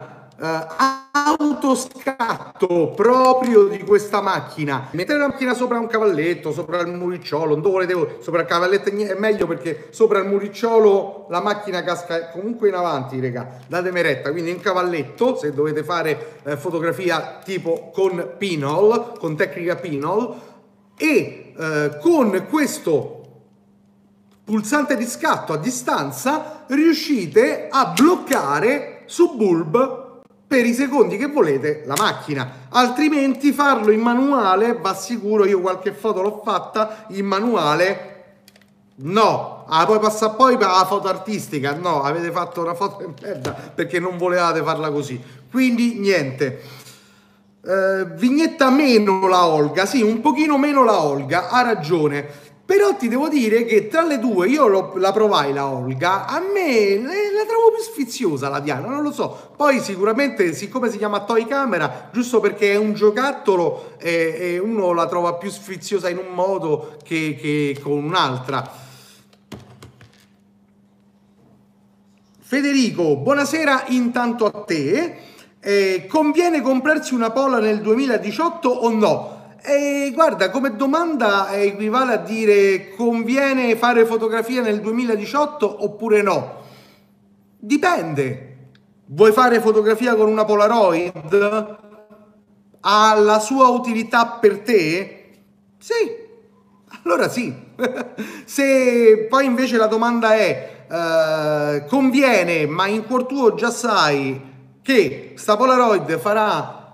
autoscatto proprio di questa macchina, mettere la macchina sopra un cavalletto, sopra il muricciolo, non volete, sopra il cavalletto è meglio perché sopra il muricciolo la macchina casca comunque in avanti, raga, datemi retta, quindi in cavalletto se dovete fare fotografia tipo con pinhole, con tecnica pinhole, e con questo pulsante di scatto a distanza riuscite a bloccare su bulb per i secondi che volete la macchina, altrimenti farlo in manuale, va sicuro, io qualche foto l'ho fatta in manuale, no, poi passa poi per la foto artistica, no, avete fatto una foto di merda perché non volevate farla così, quindi niente. Vignetta meno la Olga, sì, un pochino meno la Olga, ha ragione. Però ti devo dire che tra le due io la provai la Olga, a me la trovo più sfiziosa la Diana, non lo so. Poi sicuramente, siccome si chiama Toy Camera, giusto perché è un giocattolo, uno la trova più sfiziosa in un modo che con un'altra. Federico, buonasera intanto a te. Conviene comprarsi una Pola nel 2018 o no? Guarda, come domanda equivale a dire conviene fare fotografia nel 2018 oppure no? Dipende. Vuoi fare fotografia con una Polaroid? Ha la sua utilità per te? Sì, allora sì. Se poi invece la domanda è conviene, ma in cuor tuo già sai che sta Polaroid farà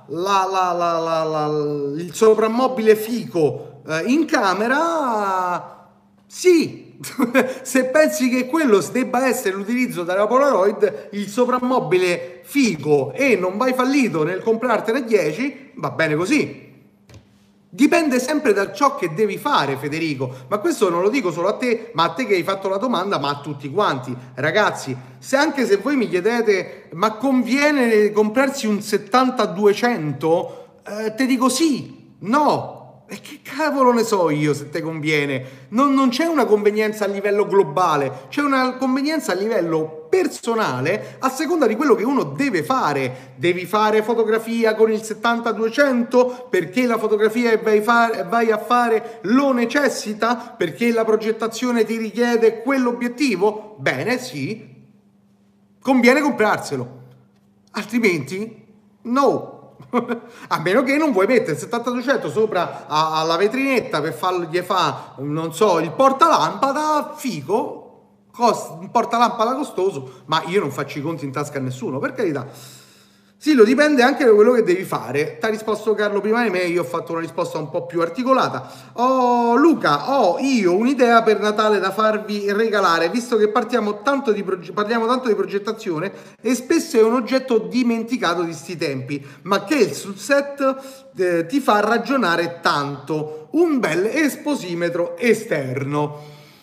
il soprammobile fico in camera, sì. Se pensi che quello debba essere l'utilizzo della Polaroid, il soprammobile figo, e non vai fallito nel comprartene 10, va bene così. Dipende sempre da ciò che devi fare, Federico, ma questo non lo dico solo a te, ma a te che hai fatto la domanda, ma a tutti quanti. Ragazzi, anche se voi mi chiedete, ma conviene comprarsi un 70-200? Te dico sì, no. E che cavolo ne so io se te conviene? Non c'è una convenienza a livello globale, c'è una convenienza a livello personale a seconda di quello che uno deve fare. Devi fare fotografia con il 70-200 perché la fotografia che vai a fare lo necessita, perché la progettazione ti richiede quell'obiettivo? Bene, sì, conviene comprarselo, altrimenti no. A meno che non vuoi mettere il 70-200 sopra alla vetrinetta per fargli fa, non so, il portalampada, figo, un portalampada costoso, ma io non faccio i conti in tasca a nessuno, per carità. Sì, lo dipende anche da quello che devi fare. Ti ha risposto Carlo prima di me, io ho fatto una risposta un po' più articolata. Luca, ho io un'idea per Natale da farvi regalare, visto che parliamo tanto di progettazione e spesso è un oggetto dimenticato di sti tempi, ma che sul set ti fa ragionare tanto. Un bel esposimetro esterno.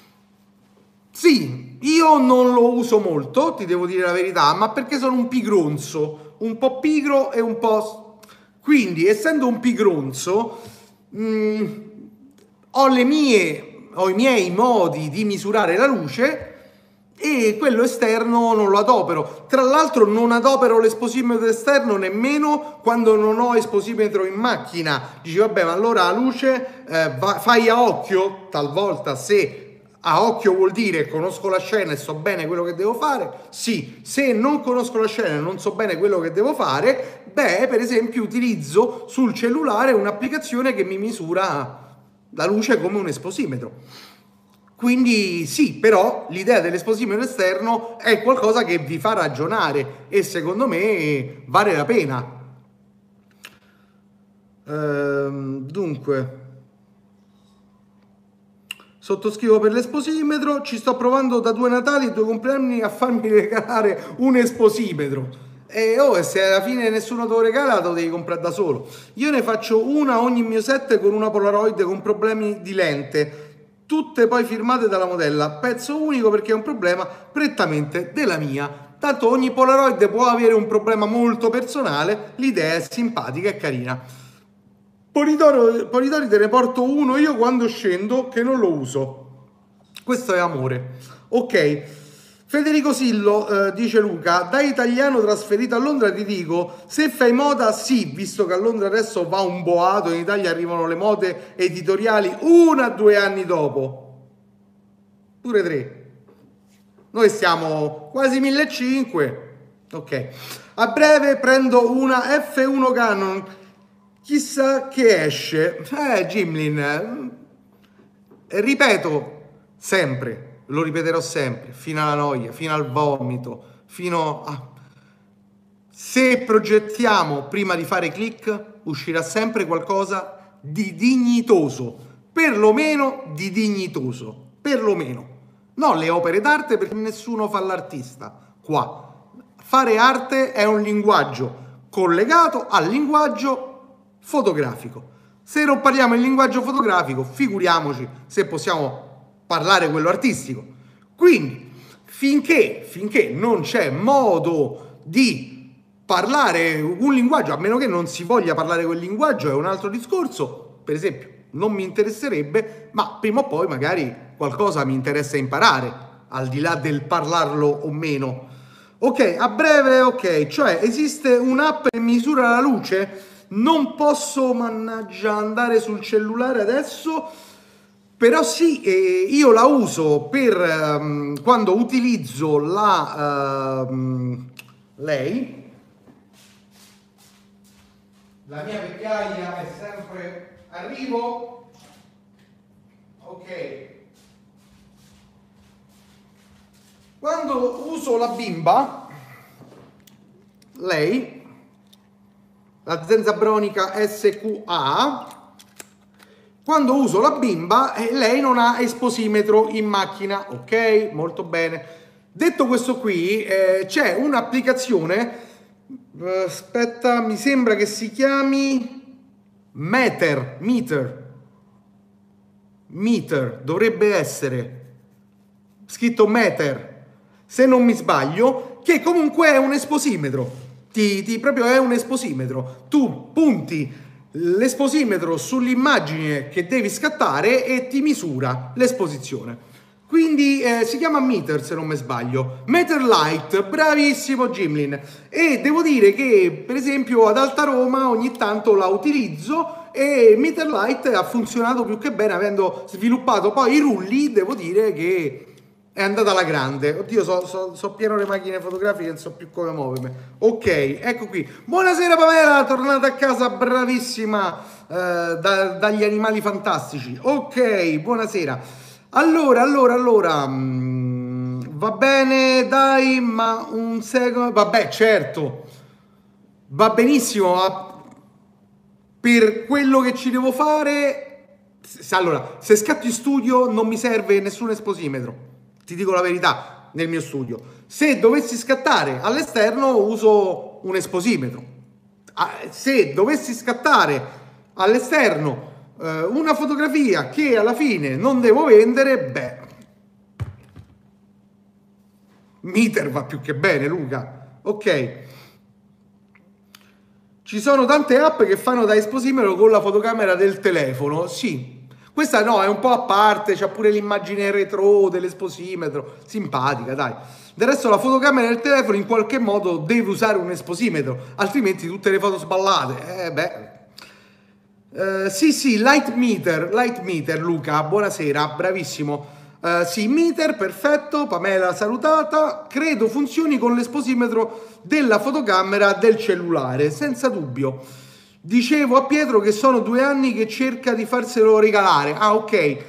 Sì, io non lo uso molto, ti devo dire la verità, ma perché sono un pigronzo, un po' pigro e un po'... Quindi, essendo un pigronzo, ho i miei modi di misurare la luce e quello esterno non lo adopero. Tra l'altro non adopero l'esposimetro esterno nemmeno quando non ho esposimetro in macchina. Dici, vabbè, ma allora la luce fai a occhio, talvolta se... A occhio vuol dire conosco la scena e so bene quello che devo fare? Sì. Se non conosco la scena e non so bene quello che devo fare, beh, per esempio utilizzo sul cellulare un'applicazione che mi misura la luce come un esposimetro. Quindi sì, però l'idea dell'esposimetro esterno è qualcosa che vi fa ragionare e secondo me vale la pena. Dunque... Sottoscrivo per l'esposimetro, ci sto provando da 2 Natali e 2 compleanni a farmi regalare un esposimetro. E se alla fine nessuno te lo regala, te lo devi comprare da solo. Io ne faccio una ogni mio set con una Polaroid con problemi di lente, tutte poi firmate dalla modella. Pezzo unico perché è un problema prettamente della mia. Tanto ogni Polaroid può avere un problema molto personale, l'idea è simpatica e carina. Politori te ne porto uno io quando scendo che non lo uso. Questo è amore. Ok. Federico Sillo, dice Luca, da italiano trasferito a Londra ti dico, se fai moda sì, visto che a Londra adesso va un boato, in Italia arrivano le mode editoriali 1 o 2 anni dopo. Pure 3. Noi stiamo quasi 1500. Ok. A breve prendo una F1 Canon. Chissà che esce. Gimlin, ripeto sempre, lo ripeterò sempre, fino alla noia, fino al vomito, fino a... Se progettiamo prima di fare click, uscirà sempre qualcosa di dignitoso, perlomeno di dignitoso, perlomeno. Non le opere d'arte, perché nessuno fa l'artista qua. Fare arte è un linguaggio collegato al linguaggio fotografico. Se non parliamo il linguaggio fotografico, figuriamoci se possiamo parlare quello artistico. Quindi, finché non c'è modo di parlare un linguaggio, a meno che non si voglia parlare quel linguaggio, è un altro discorso. Per esempio, non mi interesserebbe, ma prima o poi magari qualcosa mi interessa imparare, al di là del parlarlo o meno. Ok, a breve, ok, cioè esiste un'app che misura la luce? Non posso, mannaggia, andare sul cellulare adesso, però sì, io la uso per quando utilizzo lei. La mia vecchiaia è sempre arrivo. Ok. Quando uso la bimba, lei, la Zenzabronica SQA, quando uso la bimba, lei non ha esposimetro in macchina, ok? Molto bene. Detto questo qui, c'è un'applicazione, aspetta, mi sembra che si chiami Meter, dovrebbe essere scritto Meter, se non mi sbaglio, che comunque è un esposimetro, proprio è un esposimetro. Tu punti l'esposimetro sull'immagine che devi scattare e ti misura l'esposizione. Quindi si chiama Meter, se non mi sbaglio. Meter Light, bravissimo Gimlin. E devo dire che per esempio ad Alta Roma ogni tanto la utilizzo e Meter Light ha funzionato più che bene, avendo sviluppato poi i rulli. Devo dire che è andata alla grande. Oddio, so pieno le macchine fotografiche, non so più come muovermi. Ok, ecco qui. Buonasera Pamela, tornata a casa, bravissima, dagli animali fantastici. Ok, buonasera. Allora, va bene, dai, ma un secondo, vabbè, certo, va benissimo, ma per quello che ci devo fare, allora, se scatto in studio non mi serve nessun esposimetro, ti dico la verità, nel mio studio. Se dovessi scattare all'esterno uso un esposimetro. Se dovessi scattare all'esterno una fotografia che alla fine non devo vendere, beh, Meter va più che bene, Luca. Ok. Ci sono tante app che fanno da esposimetro con la fotocamera del telefono. Sì, questa no, è un po' a parte, c'ha pure l'immagine retro dell'esposimetro, simpatica, dai. Del resto la fotocamera del telefono in qualche modo deve usare un esposimetro, altrimenti tutte le foto sballate. Sì, Light Meter, Luca, buonasera, bravissimo. Sì, Meter, perfetto, Pamela salutata. Credo funzioni con l'esposimetro della fotocamera del cellulare, senza dubbio. Dicevo a Pietro che sono 2 anni che cerca di farselo regalare. Ah, ok.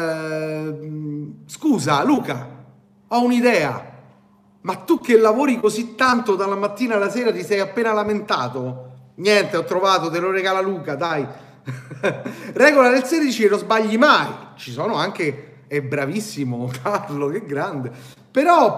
Scusa, Luca, ho un'idea. Ma tu che lavori così tanto dalla mattina alla sera ti sei appena lamentato? Niente, ho trovato, te lo regala Luca, dai. Regola del 16, non sbagli mai. Ci sono anche... È bravissimo Carlo, che grande. Però...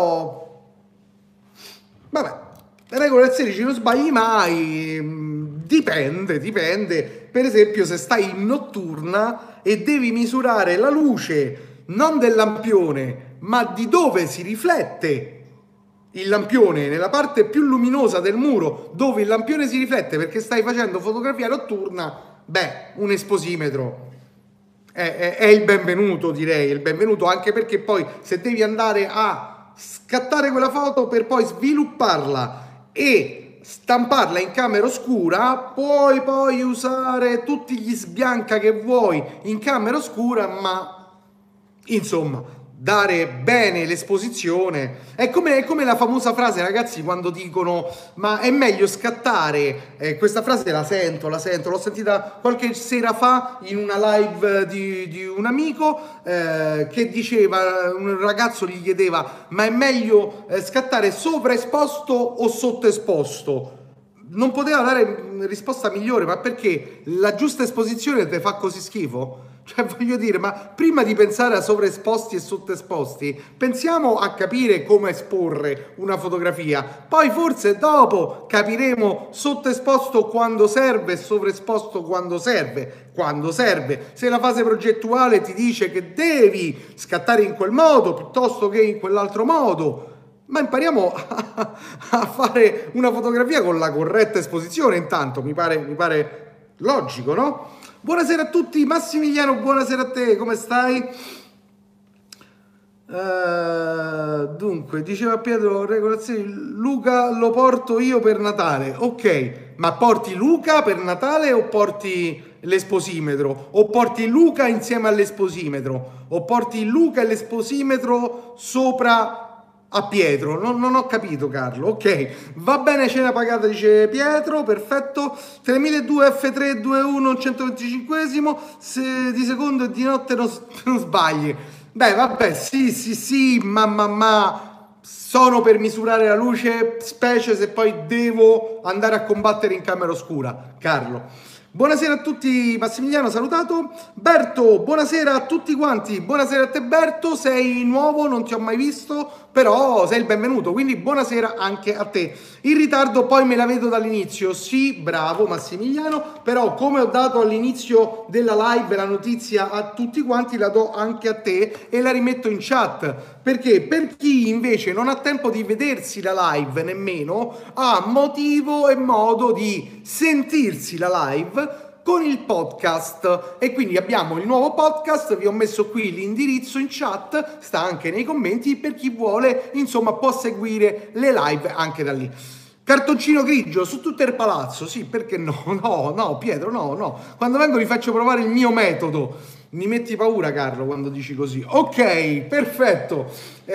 Vabbè, regola del 16, non sbagli mai. Dipende. Per esempio, se stai in notturna e devi misurare la luce, non del lampione, ma di dove si riflette il lampione, nella parte più luminosa del muro dove il lampione si riflette perché stai facendo fotografia notturna, beh, un esposimetro è il benvenuto, direi, il benvenuto, anche perché poi se devi andare a scattare quella foto per poi svilupparla e stamparla in camera oscura, puoi poi usare tutti gli sbianca che vuoi in camera oscura, ma insomma dare bene l'esposizione. È come la famosa frase, ragazzi, quando dicono ma è meglio scattare, questa frase la sento, l'ho sentita qualche sera fa in una live di un amico, che diceva, un ragazzo gli chiedeva ma è meglio scattare sovraesposto o sottoesposto? Non poteva dare risposta migliore, ma perché la giusta esposizione ti fa così schifo? Cioè, voglio dire, ma prima di pensare a sovraesposti e sottoesposti, pensiamo a capire come esporre una fotografia. Poi forse dopo capiremo sottoesposto quando serve e sovraesposto quando serve. Quando serve. Se la fase progettuale ti dice che devi scattare in quel modo piuttosto che in quell'altro modo, ma impariamo a fare una fotografia con la corretta esposizione intanto, mi pare logico, no? Buonasera a tutti, Massimiliano, buonasera a te, come stai? Dunque, diceva Pietro, regolazioni, Luca lo porto io per Natale, ok, ma porti Luca per Natale o porti l'esposimetro? O porti Luca insieme all'esposimetro? O porti Luca e l'esposimetro sopra a Pietro? Non ho capito, Carlo. Ok, va bene, cena pagata, dice Pietro, perfetto. 3002 F321 125esimo di secondo e di notte non sbagli. Beh, vabbè, sì, ma sono per misurare la luce, specie se poi devo andare a combattere in camera oscura, Carlo. Buonasera a tutti, Massimiliano salutato. Berto, buonasera a tutti quanti. Buonasera a te Berto, sei nuovo, non ti ho mai visto, però sei il benvenuto, quindi buonasera anche a te. In ritardo poi me la vedo dall'inizio, sì, bravo Massimiliano, però come ho dato all'inizio della live la notizia a tutti quanti, la do anche a te e la rimetto in chat, perché per chi invece non ha tempo di vedersi la live nemmeno, ha motivo e modo di sentirsi la live con il podcast, e quindi abbiamo il nuovo podcast, vi ho messo qui l'indirizzo in chat, sta anche nei commenti, per chi vuole insomma può seguire le live anche da lì. Cartoncino grigio su tutto il palazzo, sì, perché no Pietro, no, quando vengo vi faccio provare il mio metodo. Mi metti paura, Carlo, quando dici così. Ok, perfetto,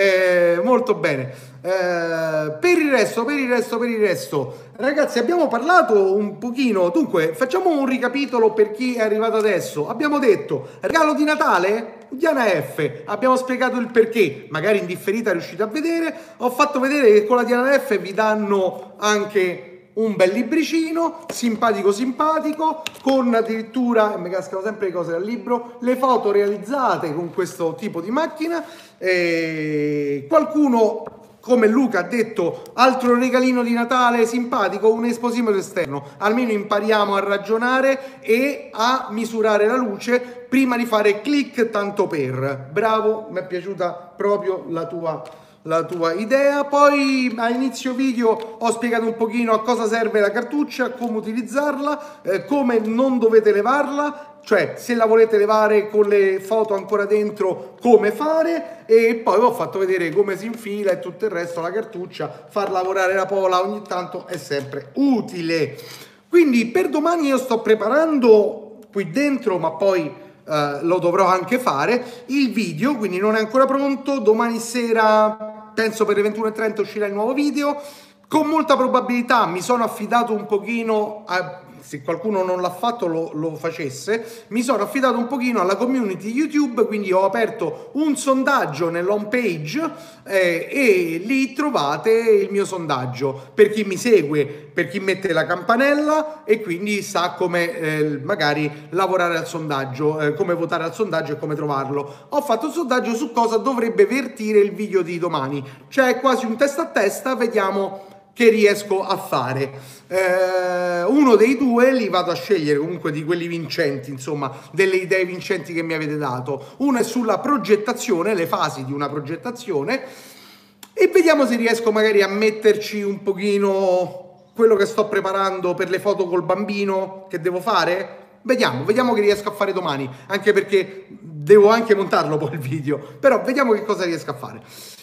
molto bene. Per il resto, ragazzi, abbiamo parlato un pochino. Dunque, facciamo un ricapitolo per chi è arrivato adesso. Abbiamo detto regalo di Natale, Diana F. Abbiamo spiegato il perché, magari in differita riuscite a vedere. Ho fatto vedere che con la Diana F vi danno anche un bel libricino, simpatico, con addirittura, mi cascano sempre le cose dal libro, le foto realizzate con questo tipo di macchina. Qualcuno, come Luca ha detto, altro regalino di Natale simpatico, un esposimetro esterno, almeno impariamo a ragionare e a misurare la luce prima di fare click tanto per. Bravo, mi è piaciuta proprio la tua idea. Poi a inizio video ho spiegato un pochino a cosa serve la cartuccia, come utilizzarla, come non dovete levarla, cioè se la volete levare con le foto ancora dentro come fare, e poi ho fatto vedere come si infila e tutto il resto la cartuccia. Far lavorare la pola ogni tanto è sempre utile. Quindi per domani io sto preparando qui dentro, ma poi lo dovrò anche fare, il video, quindi non è ancora pronto. Domani sera, penso per le 21:30 uscirà il nuovo video. Con molta probabilità mi sono affidato un pochino a, se qualcuno non l'ha fatto lo facesse, mi sono affidato un pochino alla community YouTube, quindi ho aperto un sondaggio nell'home page e lì trovate il mio sondaggio per chi mi segue, per chi mette la campanella e quindi sa come magari lavorare al sondaggio, come votare al sondaggio e come trovarlo. Ho fatto un sondaggio su cosa dovrebbe vertire il video di domani, cioè quasi un testa a testa, vediamo che riesco a fare. Uno dei due li vado a scegliere, comunque di quelli vincenti, insomma, delle idee vincenti che mi avete dato. Uno è sulla progettazione, le fasi di una progettazione, e vediamo se riesco magari a metterci un pochino quello che sto preparando per le foto col bambino che devo fare. Vediamo che riesco a fare domani, anche perché devo anche montarlo poi il video, però vediamo che cosa riesco a fare.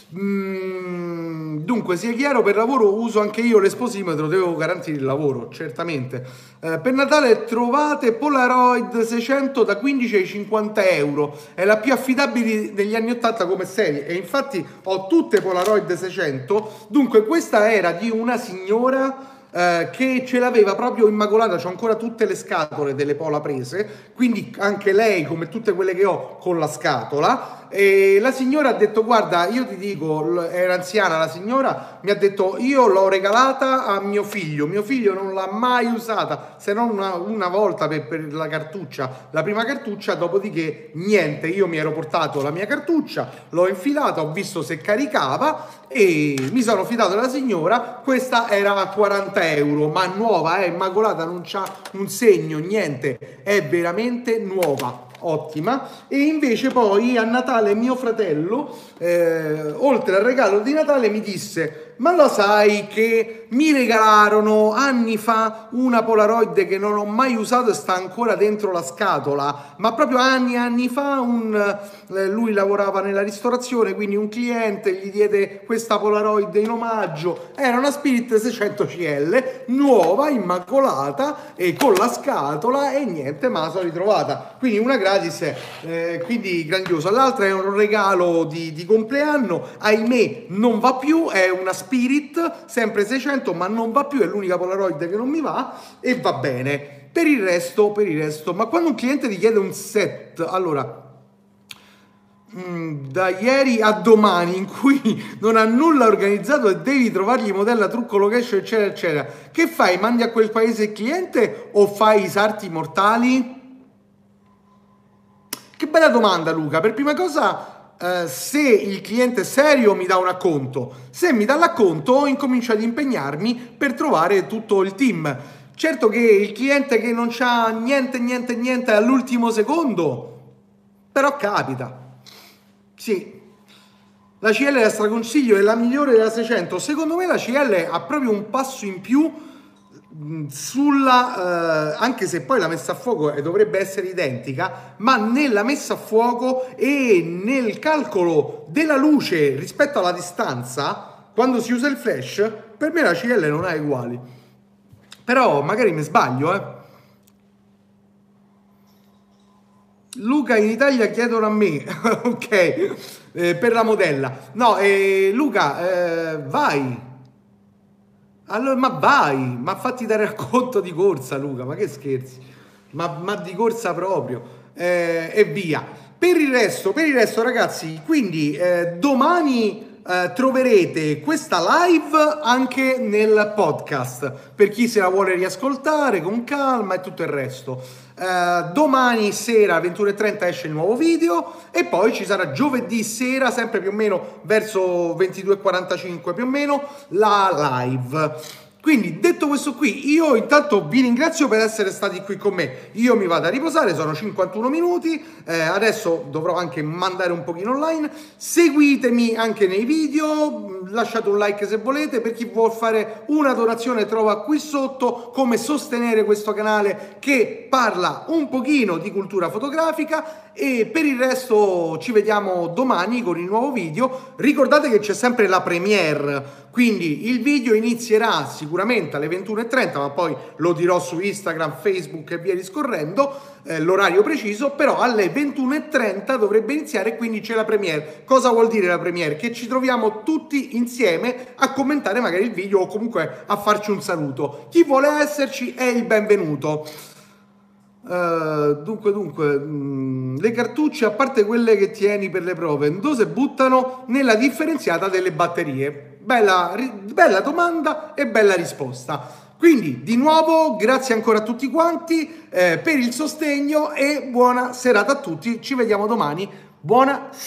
Dunque, sia chiaro, per lavoro uso anche io l'esposimetro, devo garantire il lavoro, certamente. Per Natale trovate Polaroid 600 da 15 ai 50 euro, è la più affidabile degli anni 80 come serie, e infatti ho tutte Polaroid 600. Dunque, questa era di una signora che ce l'aveva proprio immacolata, c'ho ancora tutte le scatole delle Pola prese, quindi anche lei, come tutte quelle che ho, con la scatola. E la signora ha detto: guarda, io ti dico, era anziana la signora, mi ha detto: io l'ho regalata a mio figlio non l'ha mai usata, se non una volta per la cartuccia, la prima cartuccia, dopodiché niente. Io mi ero portato la mia cartuccia, l'ho infilata, ho visto se caricava e mi sono fidato della signora. Questa era a 40 euro, ma nuova, immacolata, non c'ha un segno, niente, è veramente nuova, ottima. E invece poi a Natale mio fratello, oltre al regalo di Natale, mi disse: ma lo sai che mi regalarono anni fa una Polaroid che non ho mai usato e sta ancora dentro la scatola? Ma proprio anni fa lui lavorava nella ristorazione, quindi un cliente gli diede questa Polaroid in omaggio. Era una Spirit 600 CL, nuova, immacolata e con la scatola, e niente, ma la sono ritrovata. Quindi una gratis, quindi grandioso. L'altra è un regalo di compleanno, ahimè non va più, è una Spirit sempre 600, ma non va più, è l'unica Polaroid che non mi va, e va bene. Per il resto, ma quando un cliente ti chiede un set, allora, da ieri a domani, in cui non ha nulla organizzato e devi trovargli modella, trucco, location, eccetera eccetera, che fai? Mandi a quel paese il cliente o fai i sarti mortali? Che bella domanda, Luca. Per prima cosa, se il cliente è serio mi dà un acconto, se mi dà l'acconto incomincio ad impegnarmi per trovare tutto il team. Certo che il cliente che non c'ha niente all'ultimo secondo, però capita. Sì, la CL la straconsiglio, è la migliore della 600. Secondo me la CL ha proprio un passo in più sulla, anche se poi la messa a fuoco dovrebbe essere identica, ma nella messa a fuoco e nel calcolo della luce rispetto alla distanza, quando si usa il flash, per me la CL non ha uguali. Però magari mi sbaglio, Luca, in Italia chiedono a me, ok, per la modella. No, Luca, vai. Allora, ma vai, ma fatti dare racconto di corsa, Luca, ma che scherzi, ma di corsa proprio, e via. Per il resto, ragazzi, quindi domani troverete questa live anche nel podcast, per chi se la vuole riascoltare con calma e tutto il resto. Domani sera 21:30 esce il nuovo video, e poi ci sarà giovedì sera, sempre più o meno verso 22:45 più o meno, la live. Quindi, detto questo qui, io intanto vi ringrazio per essere stati qui con me. Io mi vado a riposare, sono 51 minuti, adesso dovrò anche mandare un pochino online. Seguitemi anche nei video, lasciate un like se volete. Per chi vuol fare una donazione trova qui sotto come sostenere questo canale che parla un pochino di cultura fotografica. E per il resto ci vediamo domani con il nuovo video. Ricordate che c'è sempre la premiere, quindi il video inizierà sicuramente alle 21:30, ma poi lo dirò su Instagram, Facebook e via discorrendo, l'orario preciso, però alle 21:30 dovrebbe iniziare, quindi c'è la premiere. Cosa vuol dire la premiere? Che ci troviamo tutti insieme a commentare magari il video o comunque a farci un saluto. Chi vuole esserci è il benvenuto. Le cartucce, a parte quelle che tieni per le prove, dove buttano nella differenziata delle batterie? Bella domanda e bella risposta. Quindi di nuovo grazie ancora a tutti quanti per il sostegno e buona serata a tutti. Ci vediamo domani. Buona